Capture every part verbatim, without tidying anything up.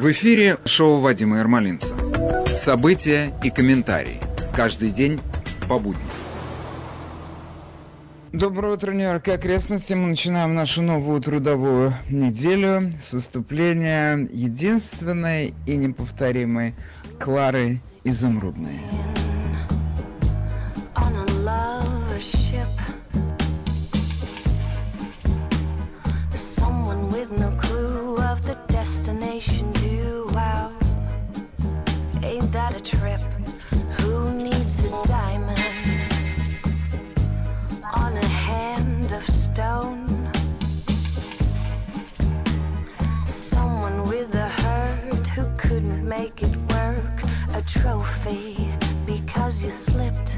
В эфире шоу Вадима Ермолинца. События и комментарии. Каждый день по будням. Доброе утро, Нью-Йорк и окрестности. Мы начинаем нашу новую трудовую неделю с выступления единственной и неповторимой Клары Изумрудной. Make it work, a trophy because you slipped.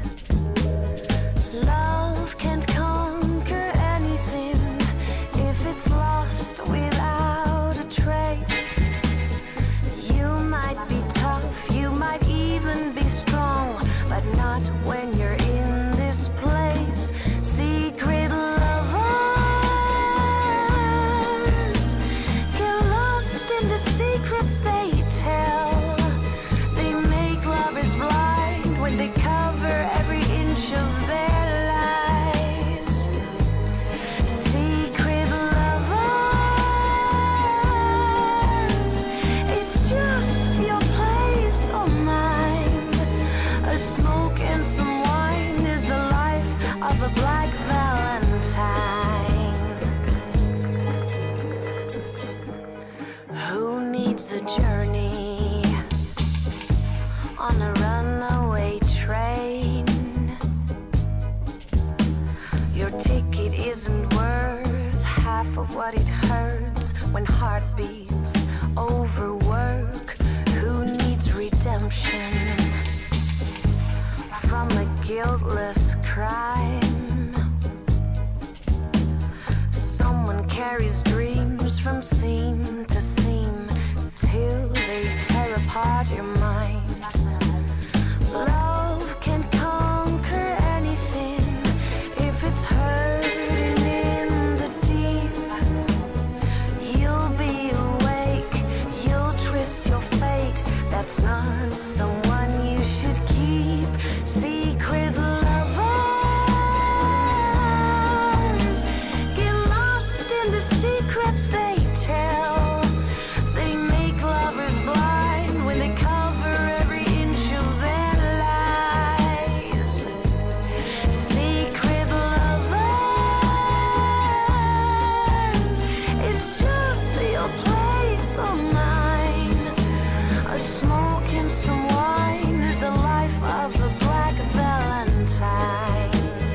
Love can't conquer anything if it's lost without a trace. You might be tough, you might even be strong, but not when you're in this place. Secret lovers get lost in the secrets they tell. They cover every inch of their lives. Secret lovers, it's just your place or mine. A smoke and some wine is the life of a black Valentine. Who needs the journey on a runaway train? Your ticket isn't worth half of what it hurts when heart beats overwork. Who needs redemption from a guiltless crime? Someone carries dreams from seam to seam till they tear apart your mind. Love can't conquer anything if it's hurting in the deep. You'll be awake, you'll twist your fate. That's not someone you should keep. Secret lovers get lost in the secrets they tell. They make lovers blind when they cover every inch of their lives. Secret lovers, it's just your place or mine. A smoke and some wine is the life of a black Valentine.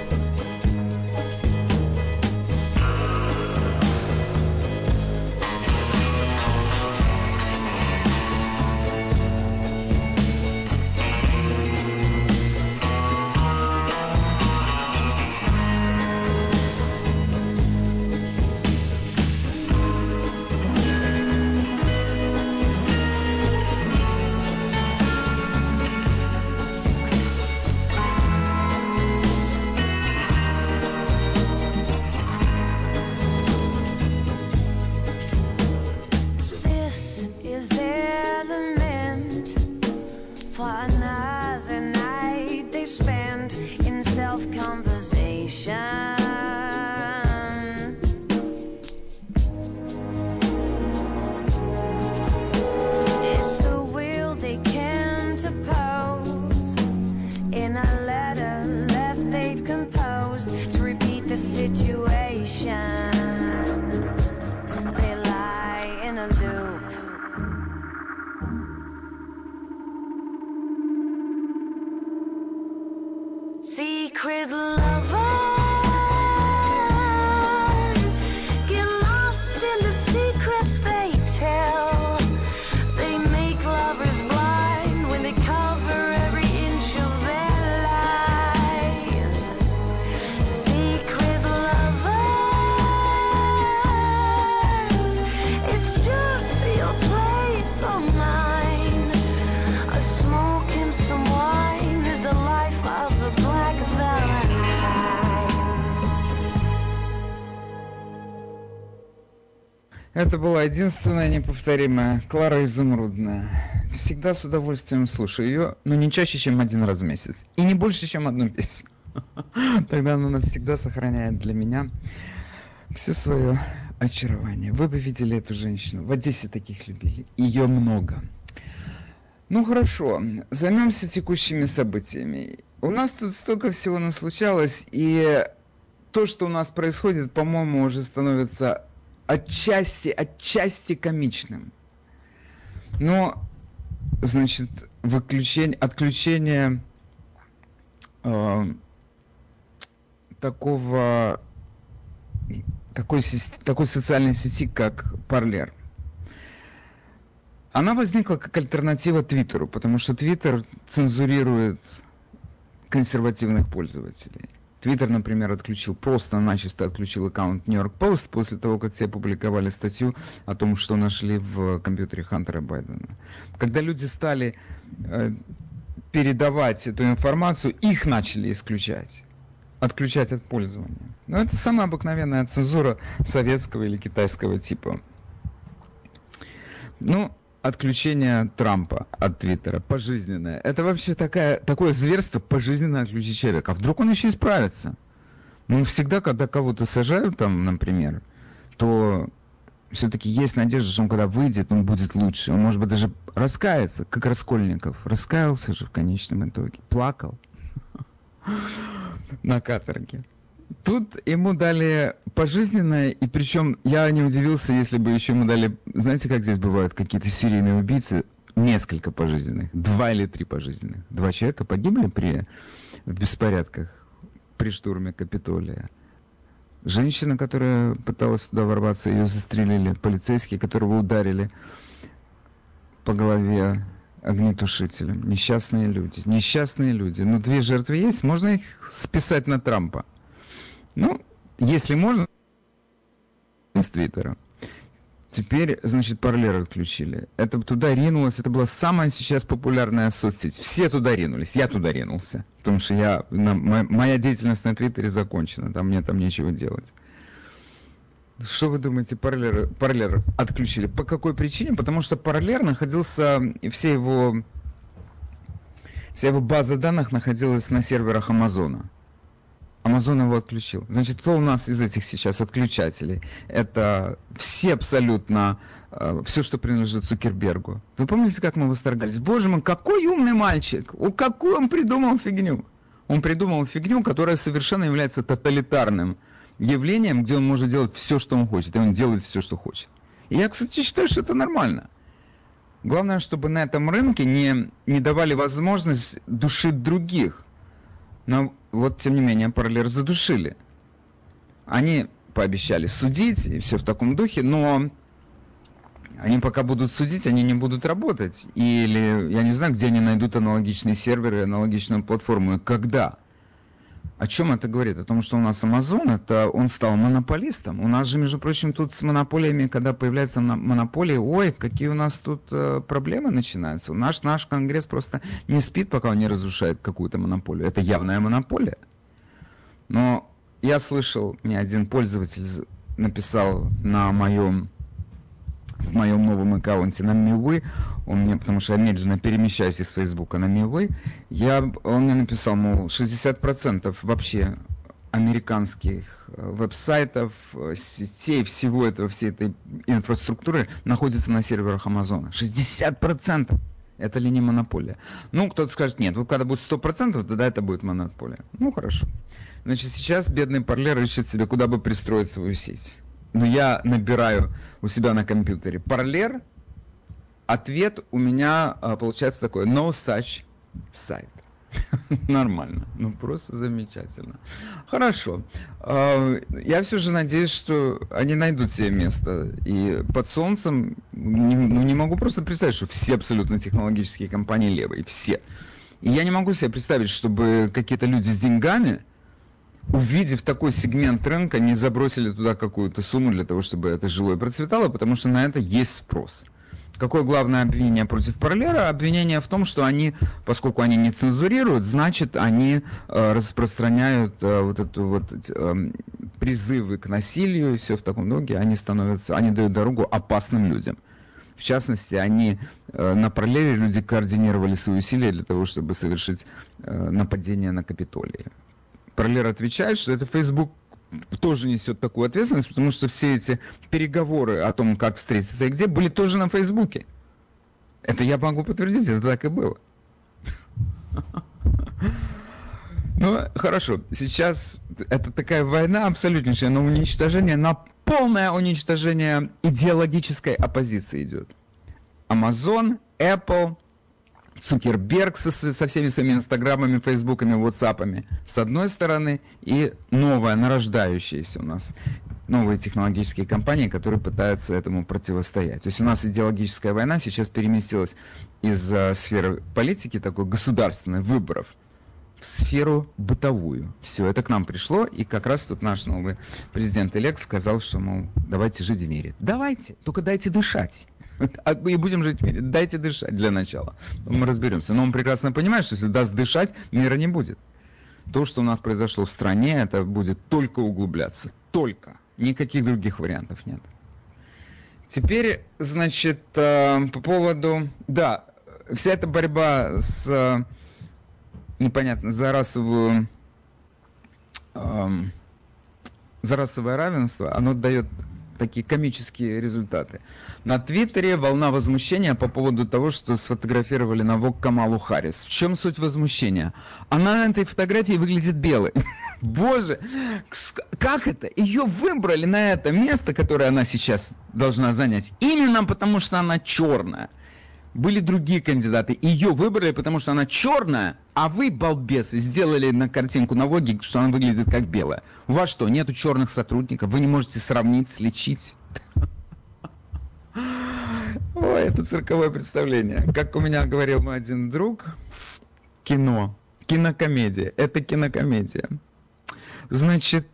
This is element for another night they spend in self-conversation. It's a will they can't oppose. In a letter left they've composed to repeat the situation. They lie in a loop. Secret lovers get lost in the secrets they tell. They make lovers blind when they cover every inch of their lives. Secret lovers Это была единственная неповторимая Клара Изумрудная. Всегда с удовольствием слушаю ее, но не чаще, чем один раз в месяц. И не больше, чем одну песню. Тогда она навсегда сохраняет для меня все свое очарование. Вы бы видели эту женщину. В Одессе таких любили. Ее много. Ну хорошо, займемся текущими событиями. У нас тут столько всего наслучалось, и то, что у нас происходит, по-моему, уже становится отчасти, отчасти комичным. Но, значит, выключение, отключение э, такого, такой, такой социальной сети, как Parler. Она возникла как альтернатива Твиттеру, потому что Твиттер цензурирует консервативных пользователей. Твиттер, например, отключил, просто начисто отключил аккаунт New York Post после того, как те опубликовали статью о том, что нашли в компьютере Хантера Байдена. Когда люди стали э, передавать эту информацию, их начали исключать. Отключать от пользования. Но это самая обыкновенная цензура советского или китайского типа. Ну, отключение Трампа от Твиттера, пожизненное. Это вообще такая, такое зверство, пожизненно отключить человека. А вдруг он еще исправится? Ну, всегда, когда кого-то сажают там, например, то все-таки есть надежда, что он когда выйдет, он будет лучше. Он, может быть, даже раскается, как Раскольников. Раскаялся же в конечном итоге. Плакал на каторге. Тут ему дали пожизненное, и причем я не удивился, если бы еще ему дали, знаете, как здесь бывают какие-то серийные убийцы, несколько пожизненных, два или три пожизненных. Два человека погибли при в беспорядках при штурме Капитолия. Женщина, которая пыталась туда ворваться, ее застрелили. Полицейские, которого ударили по голове огнетушителем. Несчастные люди. Несчастные люди. Ну, две жертвы есть, можно их списать на Трампа. Ну, если можно, с Твиттера. Теперь, значит, Parler отключили. Это туда ринулось, это была самая сейчас популярная соцсеть. Все туда ринулись, я туда ринулся. Потому что я, на, моя деятельность на Твиттере закончена, там мне там нечего делать. Что вы думаете, Parler, Parler отключили? По какой причине? Потому что Parler находился, все его, вся его база данных находилась на серверах Амазона. Амазон его отключил. Значит, кто у нас из этих сейчас отключателей? Это все абсолютно, э, все, что принадлежит Цукербергу. Вы помните, как мы восторгались? Боже мой, какой умный мальчик! О, какую он придумал фигню! Он придумал фигню, которая совершенно является тоталитарным явлением, где он может делать все, что он хочет. И он делает все, что хочет. И я, кстати, считаю, что это нормально. Главное, чтобы на этом рынке не, не давали возможность душить других. Но вот, тем не менее, Parler задушили. Они пообещали судить, и все в таком духе, но они пока будут судить, они не будут работать. Или, я не знаю, где они найдут аналогичные серверы, аналогичную платформу, и когда. О чем это говорит? О том, что у нас Amazon, это он стал монополистом. У нас же, между прочим, тут с монополиями, когда появляются монополии, ой, какие у нас тут э, проблемы начинаются. Наш, наш Конгресс просто не спит, пока он не разрушает какую-то монополию. Это явная монополия. Но я слышал, мне один пользователь написал на моем, в моем новом аккаунте на Мивы, он мне, потому что я медленно перемещаюсь из Фейсбука на Мивы, я, он мне написал, мол, шестьдесят процентов вообще американских веб-сайтов, сетей, всего этого, всей этой инфраструктуры находится на серверах Амазона. шестьдесят процентов! Это ли не монополия? Ну, кто-то скажет, нет, вот когда будет сто процентов, тогда это будет монополия. Ну, хорошо. Значит, сейчас бедный Parler ищет себе, куда бы пристроить свою сеть. Но я набираю у себя на компьютере Parler, ответ у меня получается такой: no such site. Нормально, ну просто замечательно. Хорошо. Я все же надеюсь, что они найдут себе место. И под солнцем, не, ну не могу просто представить, что все абсолютно технологические компании левые, все. И я не могу себе представить, чтобы какие-то люди с деньгами, увидев такой сегмент рынка, не забросили туда какую-то сумму для того, чтобы это жило и процветало, потому что на это есть спрос. Какое главное обвинение против Parler? Обвинение в том, что они, поскольку они не цензурируют, значит, они э, распространяют э, вот эту вот э, призывы к насилию и все в таком духе, они становятся, они дают дорогу опасным людям. В частности, они э, на пролеве люди координировали свои усилия для того, чтобы совершить э, нападение на Капитолий. Пролер отвечает, что это Facebook тоже несет такую ответственность, потому что все эти переговоры о том, как встретиться и где, были тоже на Фейсбуке. Это я могу подтвердить, это так и было. Ну, хорошо, сейчас это такая война абсолютнейшая, на уничтожение, на полное уничтожение идеологической оппозиции идет. Amazon, Apple, Цукерберг со, со всеми своими инстаграмами, фейсбуками, ватсапами с одной стороны, и новая, нарождающаяся у нас, новые технологические компании, которые пытаются этому противостоять. То есть у нас идеологическая война сейчас переместилась из uh, сферы политики, такой государственной, выборов, в сферу бытовую. Все, это к нам пришло, и как раз тут наш новый президент Элек сказал, что, мол, давайте жить в мире. Давайте, только дайте дышать. И будем жить в мире. Дайте дышать для начала. Мы разберемся. Но он прекрасно понимает, что если даст дышать, мира не будет. То, что у нас произошло в стране, это будет только углубляться. Только. Никаких других вариантов нет. Теперь, значит, по поводу... Да, вся эта борьба с... непонятно, за расовую... за расовое равенство, оно дает такие комические результаты. На Твиттере волна возмущения по поводу того, что сфотографировали на Vogue Камалу Харрис. В чем суть возмущения? Она на этой фотографии выглядит белой. Боже, как это? Ее выбрали на это место, которое она сейчас должна занять, именно потому, что она черная. Были другие кандидаты. Ее выбрали, потому что она черная, а вы, балбесы, сделали на картинку на Воге, что она выглядит как белая. У вас что, нету черных сотрудников? Вы не можете сравнить, сличить? Ой, это цирковое представление. Как у меня говорил мой один друг, кино, кинокомедия. Это кинокомедия. Значит,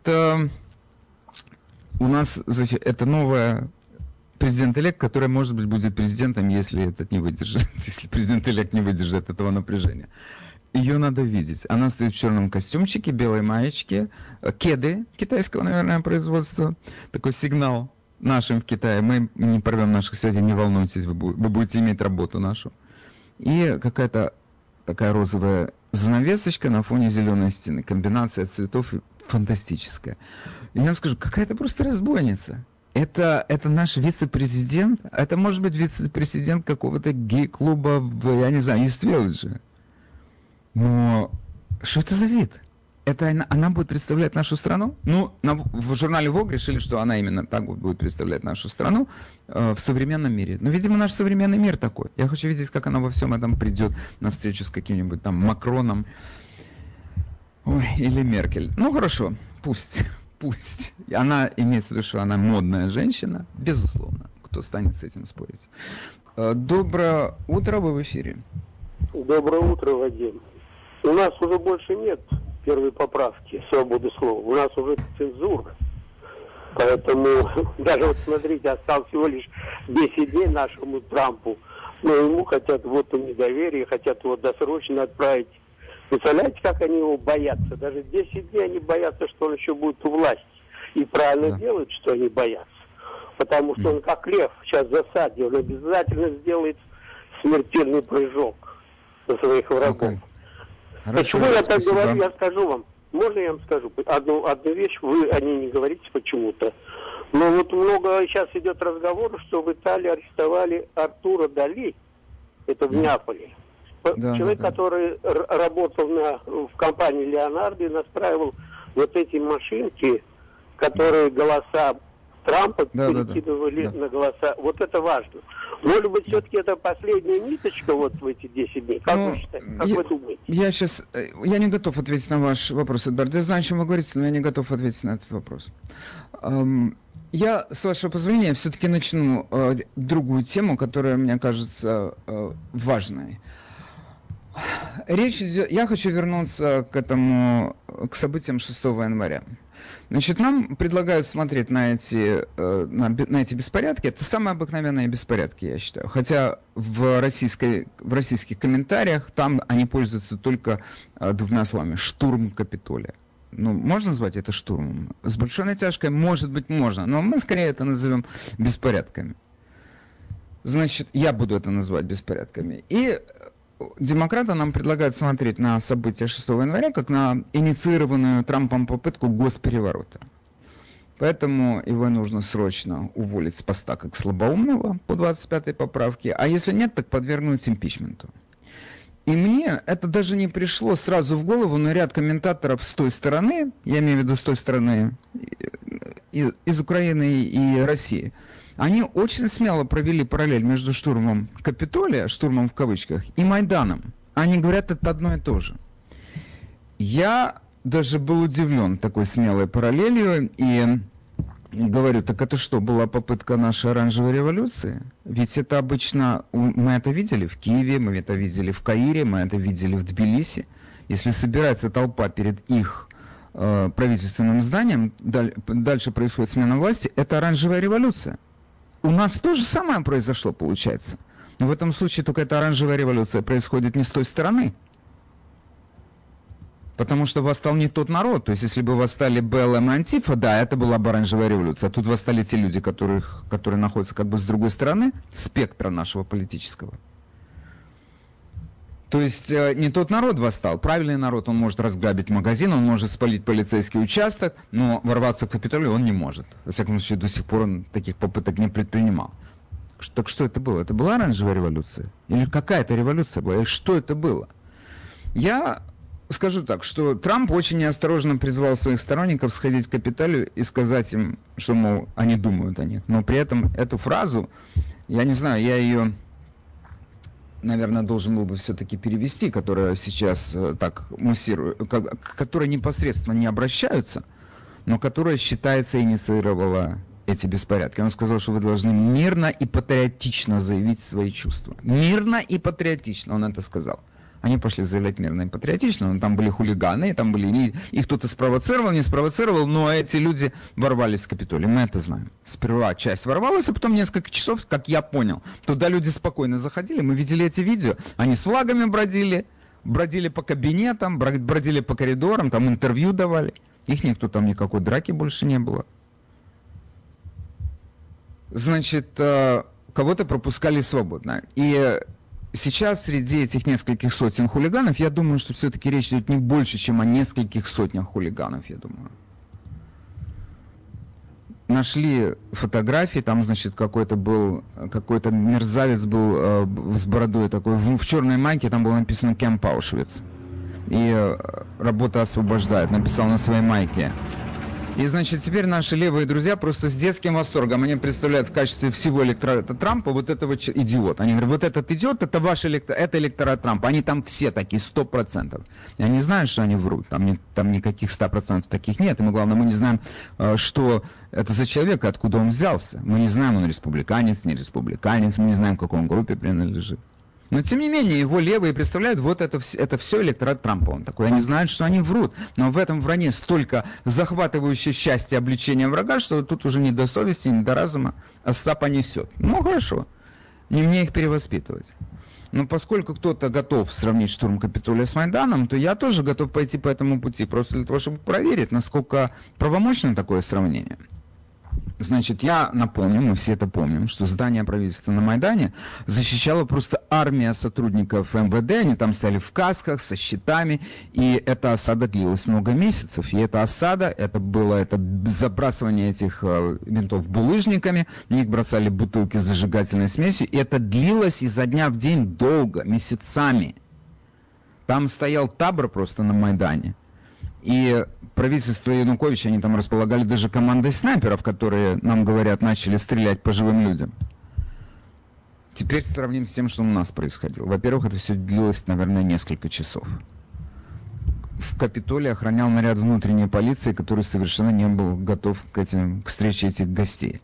у нас значит, это новая... президент-элект, который, может быть, будет президентом, если этот не выдержит, если президент-элект не выдержит этого напряжения. Ее надо видеть. Она стоит в черном костюмчике, белой маечке, кеды китайского, наверное, производства. Такой сигнал нашим в Китае. Мы не порвем наших связей, не волнуйтесь, вы будете иметь работу нашу. И какая-то такая розовая занавесочка на фоне зеленой стены. Комбинация цветов фантастическая. И я вам скажу, какая-то просто разбойница. Это, это наш вице-президент, это может быть вице-президент какого-то гей-клуба в, я не знаю, East Village. Но что это за вид? Это она, она будет представлять нашу страну? Ну, на, в журнале Vogue решили, что она именно так будет представлять нашу страну э, в современном мире. Но, видимо, наш современный мир такой. Я хочу видеть, как она во всем этом придет на встречу с каким-нибудь там Макроном. Ой, или Меркель. Ну, хорошо, пусть. Пусть. Она имеется в виду, что она модная женщина, безусловно. Кто станет с этим спорить? Доброе утро, вы в эфире. Доброе утро, Вадим. У нас уже больше нет первой поправки свободы слова. У нас уже цензура. Поэтому даже вот смотрите, осталось всего лишь десять дней нашему Трампу. Но ему хотят вот недоверие, хотят его досрочно отправить. Представляете, как они его боятся? Даже десять дней они боятся, что он еще будет у власти. И правильно да. делают, что они боятся. Потому что он как лев сейчас в засаде. Он обязательно сделает смертельный прыжок на своих врагов. Okay. Почему я так спасибо. говорю, я скажу вам. Можно я вам скажу? Одну, одну вещь, вы о ней не говорите почему-то. Но вот много сейчас идет разговор, что в Италии арестовали Артура Дали. Это в Неаполе. Да, Человек, да, да. который работал на, в компании Леонардо и настраивал вот эти машинки, которые голоса Трампа да, перекидывали да, да. на голоса. Вот это важно. Может быть, все-таки это последняя ниточка вот в эти десять дней? Как ну, вы считаете? Как я, вы думаете? Я сейчас... Я не готов ответить на ваш вопрос, Эдуард. Я знаю, о чем вы говорите, но я не готов ответить на этот вопрос. Um, я, с вашего позволения, все-таки начну uh, другую тему, которая, мне кажется, uh, важной. Речь идет... Я хочу вернуться к этому, к событиям шестого января. Значит, нам предлагают смотреть на эти, на, на эти беспорядки. Это самые обыкновенные беспорядки, я считаю. Хотя в, российской, в российских комментариях там они пользуются только двумя словами. Штурм Капитолия. ну, можно назвать это штурмом? С большой натяжкой, может быть, можно, но мы скорее это назовем беспорядками. Значит, я буду это называть беспорядками. И демократы нам предлагают смотреть на события шестого января как на инициированную Трампом попытку госпереворота. Поэтому его нужно срочно уволить с поста как слабоумного по двадцать пятой поправке, а если нет, так подвергнуть импичменту. И мне это даже не пришло сразу в голову, но ряд комментаторов с той стороны, я имею в виду с той стороны, из Украины и России, они очень смело провели параллель между штурмом Капитолия, штурмом в кавычках, и Майданом. Они говорят, это одно и то же. Я даже был удивлен такой смелой параллелью и говорю, так это что, была попытка нашей оранжевой революции? Ведь это обычно, мы это видели в Киеве, мы это видели в Каире, мы это видели в Тбилиси. Если собирается толпа перед их э, правительственным зданием, даль, дальше происходит смена власти, это оранжевая революция. У нас то же самое произошло, получается. Но в этом случае только эта оранжевая революция происходит не с той стороны. Потому что восстал не тот народ. То есть, если бы восстали БЛМ и Антифа, да, это была бы оранжевая революция. А тут восстали те люди, которых, которые находятся как бы с другой стороны спектра нашего политического. То есть, не тот народ восстал. Правильный народ, он может разграбить магазин, он может спалить полицейский участок, но ворваться в Капитолий он не может. Во всяком случае, до сих пор он таких попыток не предпринимал. Так что это было? Это была оранжевая революция? Или какая-то революция была? Или что это было? Я скажу так, что Трамп очень неосторожно призвал своих сторонников сходить к Капитолию и сказать им, что, мол, они думают о них. Но при этом эту фразу, я не знаю, я ее, наверное, должен был бы все-таки перевести, которая сейчас э, так муссирует, к которой непосредственно не обращаются, но которая, считается, инициировала эти беспорядки. Он сказал, что вы должны мирно и патриотично заявить свои чувства. Мирно и патриотично, он это сказал. Они пошли заявлять мирно и патриотично, но там были хулиганы, там были, их кто-то спровоцировал, не спровоцировал, но эти люди ворвались в Капитолий, мы это знаем. Сперва часть ворвалась, а потом несколько часов, как я понял, туда люди спокойно заходили, мы видели эти видео, они с флагами бродили, бродили по кабинетам, бродили по коридорам, там интервью давали, их никто там никакой драки больше не было. Значит, кого-то пропускали свободно. И сейчас среди этих нескольких сотен хулиганов, я думаю, что все-таки речь идет не больше, чем о нескольких сотнях хулиганов, я думаю. Нашли фотографии, там, значит, какой-то был, какой-то мерзавец был э, с бородой такой, в, в черной майке, там было написано «Кемп Аушвиц». И э, «Работа освобождает», написал на своей майке. И, значит, теперь наши левые друзья просто с детским восторгом, они представляют в качестве всего электората Трампа вот этого идиота. Они говорят, вот этот идиот, это ваш электор, это электорат Трампа. Они там все такие, сто процентов. И они знают, что они врут. Там, не, там никаких ста процентов таких нет. И мы, главное, мы не знаем, что это за человек и откуда он взялся. Мы не знаем, он республиканец, не республиканец, мы не знаем, к какой он группе принадлежит. Но, тем не менее, его левые представляют, вот это, это все электорат Трампа. Он такой, они знают, что они врут. Но в этом вранье столько захватывающее счастье обличения врага, что тут уже не до совести, не до разума, а стапа несет. Ну, хорошо, не мне их перевоспитывать. Но поскольку кто-то готов сравнить штурм Капитолия с Майданом, то я тоже готов пойти по этому пути, просто для того, чтобы проверить, насколько правомочно такое сравнение. Значит, я напомню, мы все это помним, что здание правительства на Майдане защищала просто армия сотрудников эм вэ дэ, они там стояли в касках, со щитами, и эта осада длилась много месяцев. И эта осада, это было это забрасывание этих э, винтов булыжниками, в них бросали бутылки с зажигательной смесью, и это длилось изо дня в день долго, месяцами. Там стоял табор просто на Майдане. И правительство Януковича, они там располагали даже командой снайперов, которые, нам говорят, начали стрелять по живым людям. Теперь сравним с тем, что у нас происходило. Во-первых, это все длилось, наверное, несколько часов. В Капитолии охранял наряд внутренней полиции, который совершенно не был готов к, этим, к встрече этих гостей.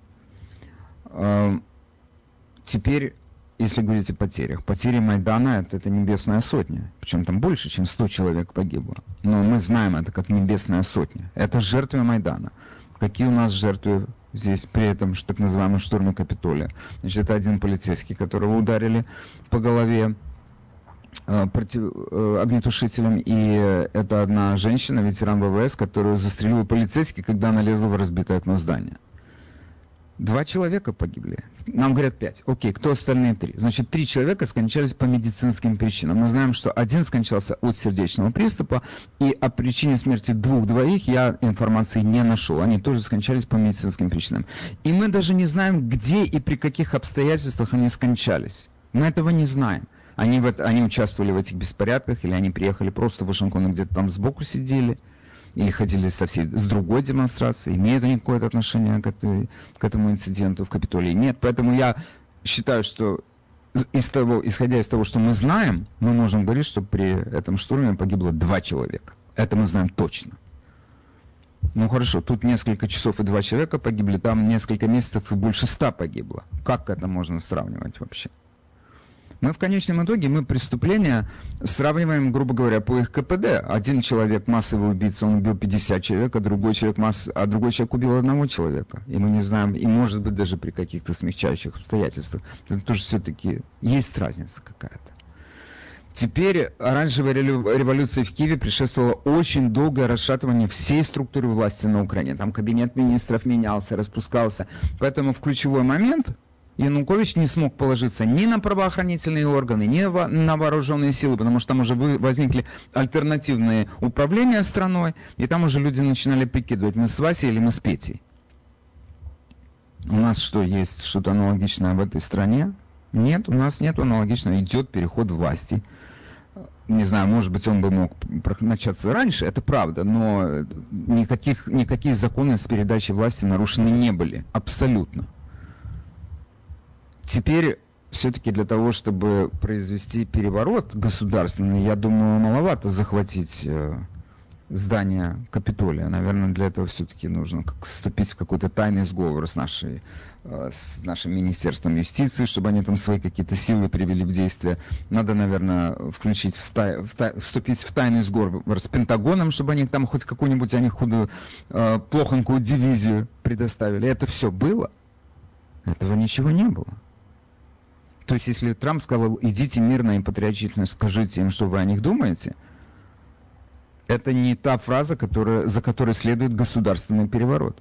Теперь, если говорить о потерях, потери Майдана это, это небесная сотня. Причем там больше, чем сто человек погибло. Но мы знаем это как небесная сотня. Это жертвы Майдана. Какие у нас жертвы здесь при этом так называемом штурме Капитолия? Значит, это один полицейский, которого ударили по голове. против, огнетушителем, и это одна женщина, ветеран ВВС, которую застрелил полицейский, когда она лезла в разбитое окно здания. Два человека погибли. Нам говорят пять. Окей, кто остальные три? Значит, три человека скончались по медицинским причинам. Мы знаем, что один скончался от сердечного приступа, и о причине смерти двух-двоих я информации не нашел. Они тоже скончались по медицинским причинам. И мы даже не знаем, где и при каких обстоятельствах они скончались. Мы этого не знаем. Они, в это, они участвовали в этих беспорядках, или они приехали просто в Вашингтон и где-то там сбоку сидели, или ходили со всей, с другой демонстрацией. Имеют они какое-то отношение к, этой, к этому инциденту в Капитолии? Нет. Поэтому я считаю, что из того, исходя из того, что мы знаем, мы можем говорить, что при этом штурме погибло два человека. Это мы знаем точно. Ну хорошо, тут несколько часов и два человека погибли, там несколько месяцев и больше ста погибло. Как это можно сравнивать вообще? Мы в конечном итоге, мы преступления сравниваем, грубо говоря, по их ка пэ дэ. Один человек массовый убийца, он убил пятьдесят человек, а другой человек, масс... а другой человек убил одного человека. И мы не знаем, и может быть даже при каких-то смягчающих обстоятельствах. Это тоже все-таки есть разница какая-то. Теперь оранжевая революция в Киеве предшествовала очень долгое расшатывание всей структуры власти на Украине. Там кабинет министров менялся, распускался. Поэтому в ключевой момент Янукович не смог положиться ни на правоохранительные органы, ни на вооруженные силы, потому что там уже возникли альтернативные управления страной, и там уже люди начинали прикидывать, мы с Васей или мы с Петей. У нас что, есть что-то аналогичное в этой стране? Нет, у нас нет аналогичного. Идет переход власти. Не знаю, может быть, он бы мог начаться раньше, это правда, но никаких, никакие законы с передачей власти нарушены не были. Абсолютно. Теперь, все-таки для того, чтобы произвести переворот государственный, я думаю, маловато захватить э, здание Капитолия. Наверное, для этого все-таки нужно как вступить в какой-то тайный сговор с, нашей, э, с нашим Министерством юстиции, чтобы они там свои какие-то силы привели в действие. Надо, наверное, включить в тай, в тай, вступить в тайный сговор с Пентагоном, чтобы они там хоть какую-нибудь они худую, э, плохонькую дивизию предоставили. Это все было? Этого ничего не было. То есть, если Трамп сказал, идите мирно и патриотично, скажите им, что вы о них думаете, это не та фраза, которая, за которой следует государственный переворот.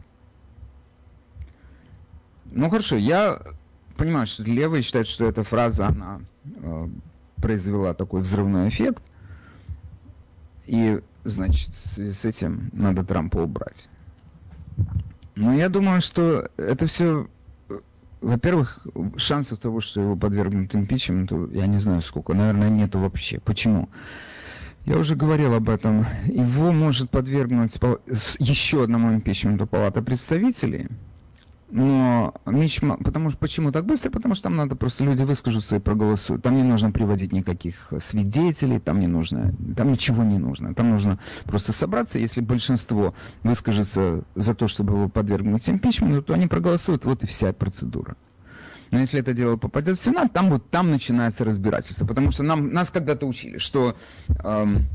Ну хорошо, я понимаю, что левые считают, что эта фраза, она э, произвела такой взрывной эффект, и, значит, в связи с этим надо Трампа убрать. Но я думаю, что это все... Во-первых, шансов того, что его подвергнут импичменту, я не знаю сколько, наверное, нету вообще. Почему? Я уже говорил об этом. Его может подвергнуть еще одному импичменту Палата представителей. Но Мич, потому что почему так быстро? Потому что там надо просто люди выскажутся и проголосуют. Там не нужно приводить никаких свидетелей, там не нужно, там ничего не нужно. Там нужно просто собраться. Если большинство выскажется за то, чтобы его подвергнуть импичменту, то они проголосуют. Вот и вся процедура. Но если это дело попадет в Сенат, там вот там начинается разбирательство. Потому что нам, нас когда-то учили, что эм,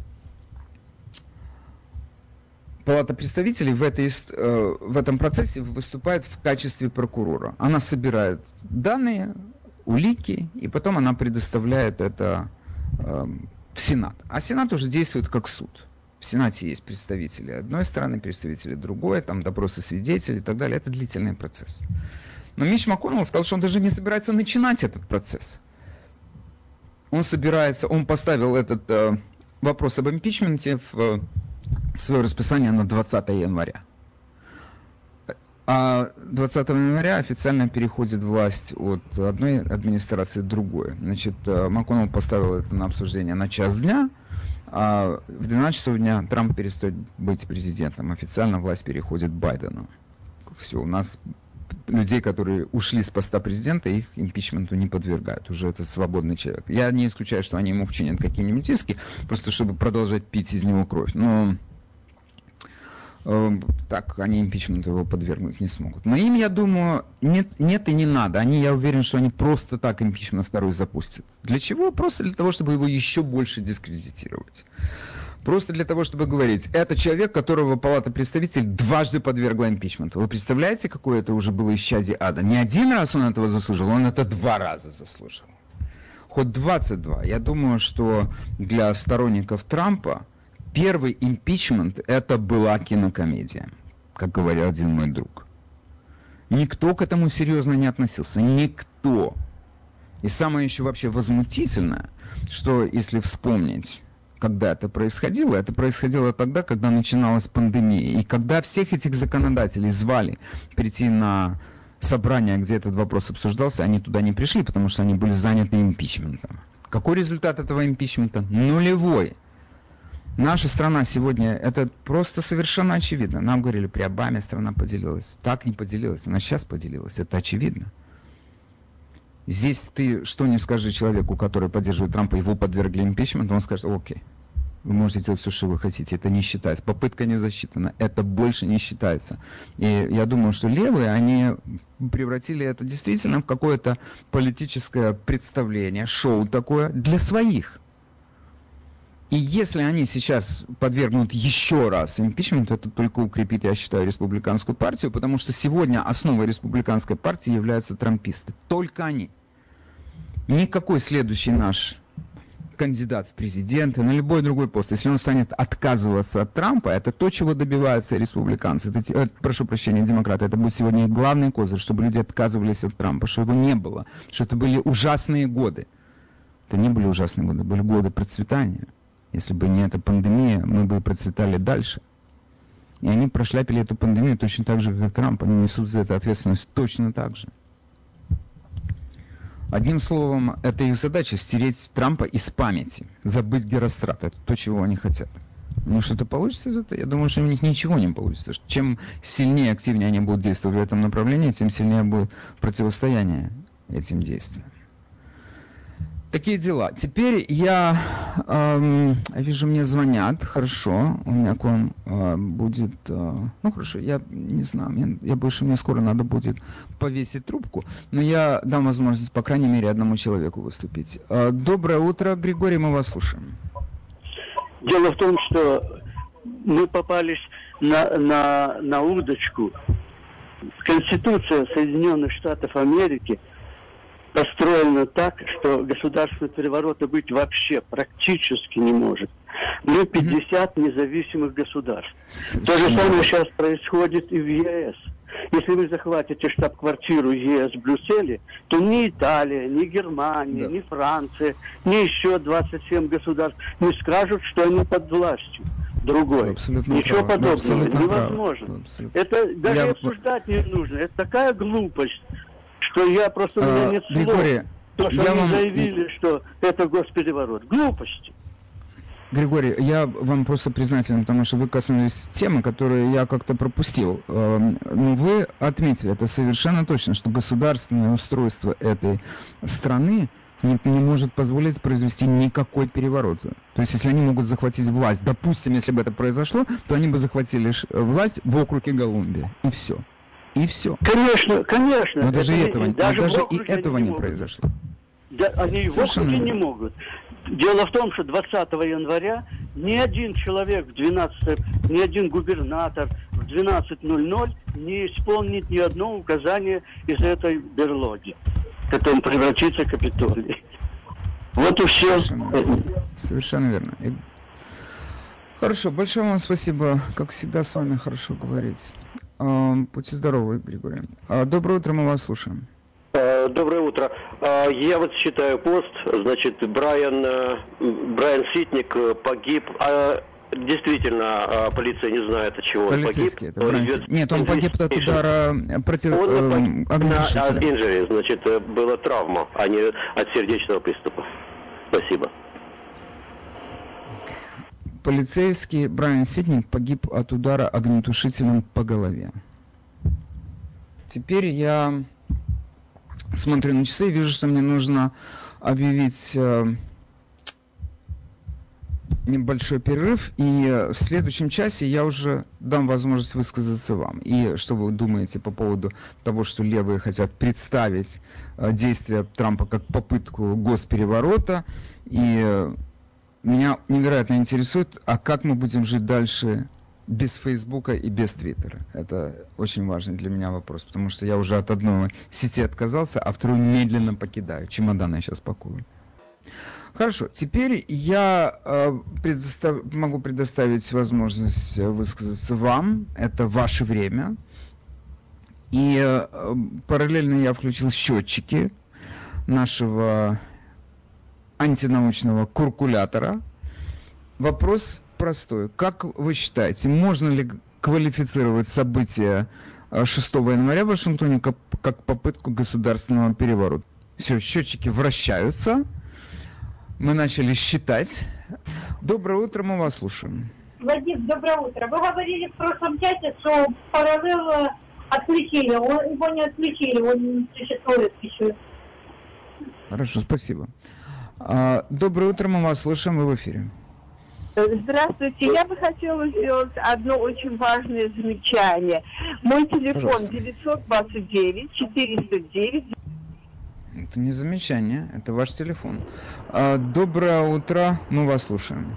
Палата представителей в, этой, э, в этом процессе выступает в качестве прокурора. Она собирает данные, улики, и потом она предоставляет это э, в Сенат. А Сенат уже действует как суд. В Сенате есть представители одной стороны, представители другой, там допросы свидетелей и так далее. Это длительный процесс. Но Мич МакКоннелл сказал, что он даже не собирается начинать этот процесс. Он собирается, он поставил этот э, вопрос об импичменте в... свое расписание на двадцатое января. А двадцатого января официально переходит власть от одной администрации к другой. Значит, МакКоннелл поставил это на обсуждение на час дня, а в двенадцать часов дня Трамп перестает быть президентом. Официально власть переходит к Байдену. Все, у нас людей, которые ушли с поста президента, их импичменту не подвергают. Уже это свободный человек. Я не исключаю, что они ему вчинят какие-нибудь иски, просто чтобы продолжать пить из него кровь. Но э, так они импичменту его подвергнуть не смогут. Но им, я думаю, нет, нет и не надо. Они, я уверен, что они просто так импичмент второй запустят. Для чего? Просто для того, чтобы его еще больше дискредитировать. Просто для того, чтобы говорить, это человек, которого Палата представителей дважды подвергла импичменту. Вы представляете, какое это уже было исчадие ада? Не один раз он этого заслужил, он это два раза заслужил. хоть двадцать два. Я думаю, что для сторонников Трампа первый импичмент это была кинокомедия, как говорил один мой друг. Никто к этому серьезно не относился. Никто. И самое еще вообще возмутительное, что если вспомнить, когда это происходило, это происходило тогда, когда начиналась пандемия. И когда всех этих законодателей звали прийти на собрание, где этот вопрос обсуждался, они туда не пришли, потому что они были заняты импичментом. Какой результат этого импичмента? Нулевой. Наша страна сегодня, это просто совершенно очевидно. Нам говорили, при Обаме страна поделилась. Так не поделилась, она сейчас поделилась, это очевидно. Здесь ты что не скажи человеку, который поддерживает Трампа, его подвергли импичменту, он скажет, окей, вы можете делать все, что вы хотите, это не считается. Попытка не засчитана, это больше не считается. И я думаю, что левые, они превратили это действительно в какое-то политическое представление, шоу такое для своих. И если они сейчас подвергнут еще раз импичменту, это только укрепит, я считаю, республиканскую партию, потому что сегодня основой республиканской партии являются трамписты. Только они. Никакой следующий наш кандидат в президенты, на любой другой пост, если он станет отказываться от Трампа, это то, чего добиваются республиканцы. Это, э, прошу прощения, демократы, это будет сегодня их главный козырь, чтобы люди отказывались от Трампа, что его не было, что это были ужасные годы. Это не были ужасные годы, были годы процветания. Если бы не эта пандемия, мы бы процветали дальше. И они прошляпили эту пандемию точно так же, как Трамп. Они несут за это ответственность точно так же. Одним словом, это их задача стереть Трампа из памяти, забыть Герострат. Это то, чего они хотят. Ну, что-то получится из этого? Я думаю, что у них ничего не получится. Чем сильнее и активнее они будут действовать в этом направлении, тем сильнее будет противостояние этим действиям. Такие дела. Теперь я эм, вижу, мне звонят. Хорошо, у меня к вам э, будет... Э, ну хорошо, я не знаю, мне, я больше, мне скоро надо будет повесить трубку. Но я дам возможность, по крайней мере, одному человеку выступить. Э, доброе утро, Григорий, мы вас слушаем. Дело в том, что мы попались на, на, на удочку. Конституция Соединенных Штатов Америки построена так, что государственного переворота быть вообще практически не может. Мы пятьдесят независимых государств. То же самое сейчас происходит и в ЕС. Если вы захватите штаб-квартиру ЕС в Брюсселе, то ни Италия, ни Германия, да. ни Франция, ни еще двадцать семь государств не скажут, что они под властью другой. Абсолютно Ничего право. подобного Абсолютно невозможно. Это даже Я... обсуждать не нужно. Это такая глупость, что я просто, у меня а, нет слов. Григорий, То, что они вам... заявили, что это госпереворот. Глупости. Григорий, я вам просто признателен, потому что вы коснулись темы, которую я как-то пропустил. Но вы отметили, это совершенно точно, что государственное устройство этой страны не, не может позволить произвести никакой переворот. То есть, если они могут захватить власть, допустим, если бы это произошло, то они бы захватили власть в округе Колумбия. И все. И все. Конечно, конечно. Но даже, это, этого, даже, даже и этого не, не произошло. Да, они Совершенно... в округе не могут. Дело в том, что двадцатого января ни один человек в двенадцать, ни один губернатор в двенадцать ноль ноль не исполнит ни одно указание из этой берлоги, в котором превратится Капитолий. Вот и все. Совершенно верно. Совершенно верно. И... Хорошо, большое вам спасибо. Как всегда, с вами хорошо говорить. Будьте здоровы, Григорий. Доброе утро, мы вас слушаем. Доброе утро. Я вот читаю пост, значит, Брайан, Брайан Ситник погиб. А действительно, полиция не знает, от чего он погиб. Это он идет... Нет, он погиб от удара против он э, огнетушителя. Значит, была травма, а не от сердечного приступа. Спасибо. Полицейский Брайан Ситник погиб от удара огнетушителем по голове. Теперь я смотрю на часы и вижу, что мне нужно объявить э, небольшой перерыв. И в следующем часе я уже дам возможность высказаться вам. И что вы думаете по поводу того, что левые хотят представить э, действия Трампа как попытку госпереворота. И э, меня невероятно интересует, а как мы будем жить дальше без Фейсбука и без Твиттера. Это очень важный для меня вопрос, потому что я уже от одной сети отказался, а вторую медленно покидаю. Чемодан я сейчас пакую. Хорошо, теперь я э, предостав... могу предоставить возможность высказаться вам. Это ваше время. И э, параллельно я включил счетчики нашего антинаучного куркулятора. Вопрос простой. Как вы считаете, можно ли квалифицировать события шестого января в Вашингтоне как, как попытку государственного переворота? Все, счетчики вращаются. Мы начали считать. Доброе утро, мы вас слушаем. Владимир, доброе утро. Вы говорили в прошлом чате, что параллел отключили. Он, его не отключили, он не существует еще. Хорошо, спасибо. А, доброе утро, мы вас слушаем, вы в эфире. Здравствуйте, я бы хотела сделать одно очень важное замечание. Мой телефон девятьсот двадцать девять четыреста девять. Это не замечание, это ваш телефон. А, доброе утро, мы вас слушаем.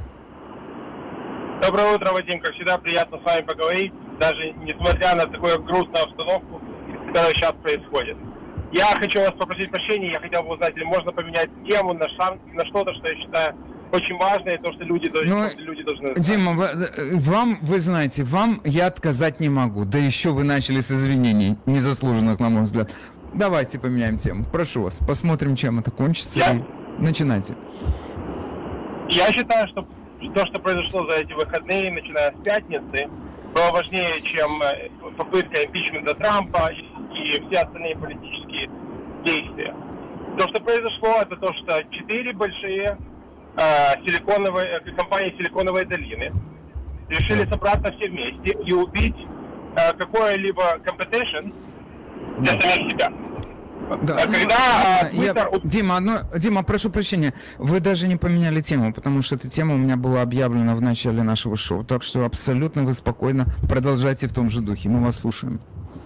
Доброе утро, Вадим, как всегда, приятно с вами поговорить, даже несмотря на такую грустную обстановку, которая сейчас происходит. Я хочу вас попросить прощения, я хотел бы узнать, или можно поменять тему на, шан, на что-то, что я считаю очень важное, то, что люди, Но, что люди должны знать. Дима, вы, вам, вы знаете, вам я отказать не могу, да еще вы начали с извинений, незаслуженных, на мой взгляд. Давайте поменяем тему. Прошу вас, посмотрим, чем это кончится. Я... И начинайте. Я считаю, что то, что произошло за эти выходные, начиная с пятницы, было важнее, чем попытка импичмента Трампа и, и все остальные политические действия. То, что произошло, это то, что четыре большие э, силиконовые, компании Силиконовой долины решили собраться все вместе и убить э, какое-либо competition для самих себя. Да, а ну, когда ну, я, Дима, одно, Дима, прошу прощения, вы даже не поменяли тему, потому что эта тема у меня была объявлена в начале нашего шоу, так что абсолютно вы спокойно продолжайте в том же духе, мы вас слушаем.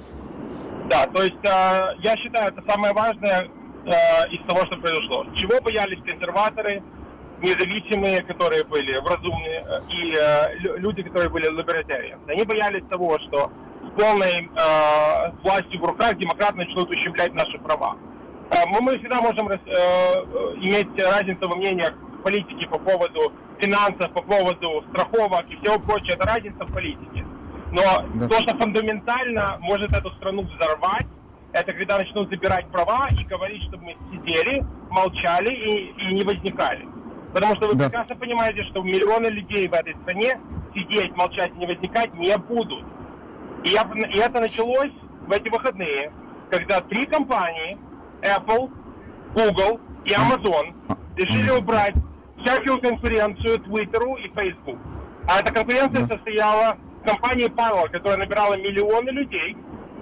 Да, то есть э, я считаю, это самое важное э, из того, что произошло. Чего боялись консерваторы, независимые, которые были разумные, и э, люди, которые были libertarians. Они боялись того, что с полной э, властью в руках демократы начнут ущемлять наши права. Э, мы, мы всегда можем э, иметь разницу во мнениях в политике по поводу финансов, по поводу страховок и всего прочего. Это разница в политике. Но да. То, что фундаментально может эту страну взорвать, это когда начнут забирать права и говорить, чтобы мы сидели, молчали и, и не возникали. Потому что вы да. прекрасно понимаете, что миллионы людей в этой стране сидеть, молчать и не возникать не будут. И, я, и это началось в эти выходные, когда три компании, Apple, Google и Amazon, решили убрать всякую конкуренцию Твиттеру и Facebook. А эта конкуренция состояла в компании Parler, которая набирала миллионы людей.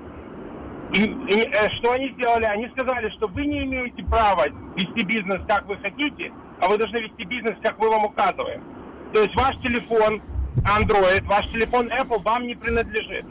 И, и что они сделали? Они сказали, что вы не имеете права вести бизнес, как вы хотите, а вы должны вести бизнес, как мы вам указываем. То есть ваш телефон Android, ваш телефон Apple вам не принадлежит.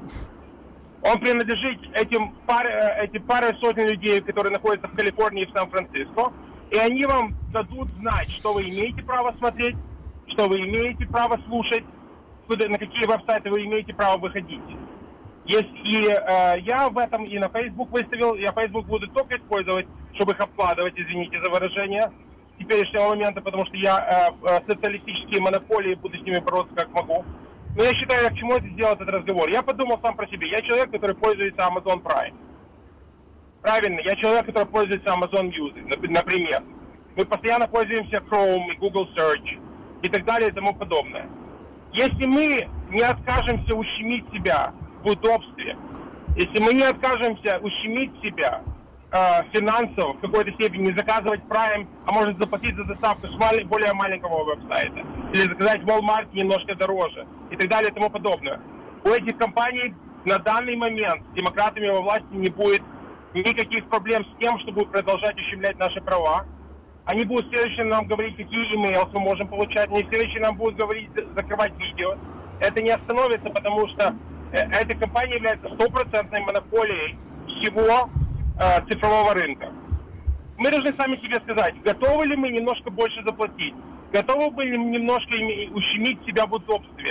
Он принадлежит этим паре, этим паре сотен людей, которые находятся в Калифорнии и в Сан-Франциско, и они вам дадут знать, что вы имеете право смотреть, что вы имеете право слушать, куда, на какие веб-сайты вы имеете право выходить. Есть, и э, я в этом и на Facebook выставил, я Facebook буду только использовать, чтобы их обкладывать, извините за выражение, с теперешнего момента, потому что я э, социалистические монополии буду с ними бороться как могу. Но я считаю, к чему это сделать этот разговор. Я подумал сам про себя. Я человек, который пользуется Amazon Prime. Правильно, я человек, который пользуется Amazon Music, например. Мы постоянно пользуемся Chrome, Google Search и так далее и тому подобное. Если мы не откажемся ущемить себя в удобстве, если мы не откажемся ущемить себя э, финансово в какой-то степени, не заказывать Prime, а может заплатить за доставку с мал- более маленького веб-сайта, или заказать в Walmart немножко дороже, и так далее и тому подобное. У этих компаний на данный момент с демократами во власти не будет никаких проблем с тем, чтобы продолжать ущемлять наши права. Они будут следующим нам говорить, какие имейлы мы можем получать, они следующим нам будут говорить, закрывать видео. Это не остановится, потому что эта компания является стопроцентной монополией всего э, цифрового рынка. Мы должны сами себе сказать, готовы ли мы немножко больше заплатить, готовы ли мы немножко ущемить себя в удобстве,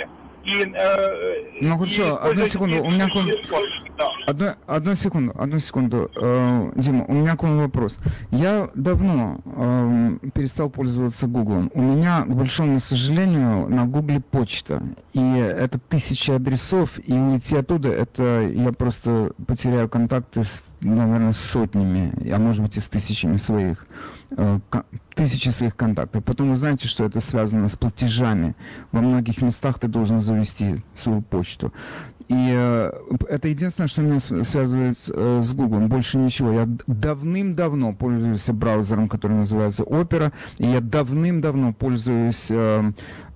и... Э, ну хорошо, одну секунду, у меня к вам... Да. Одну, одну секунду, одну секунду, э, Дима, у меня к вам вопрос. Я давно э, перестал пользоваться Гуглом. У меня, к большому сожалению, на Гугле почта. И это тысячи адресов, и уйти оттуда, это я просто потеряю контакты с, наверное, с сотнями, а может быть и с тысячами своих, э, тысячи своих контактов. Потом вы знаете, что это связано с платежами. Во многих местах ты должен завести свою почту. И э, это единственное, что меня связывает э, с Гуглом. Больше ничего. Я давным-давно пользуюсь браузером, который называется Opera. И я давным-давно пользуюсь э,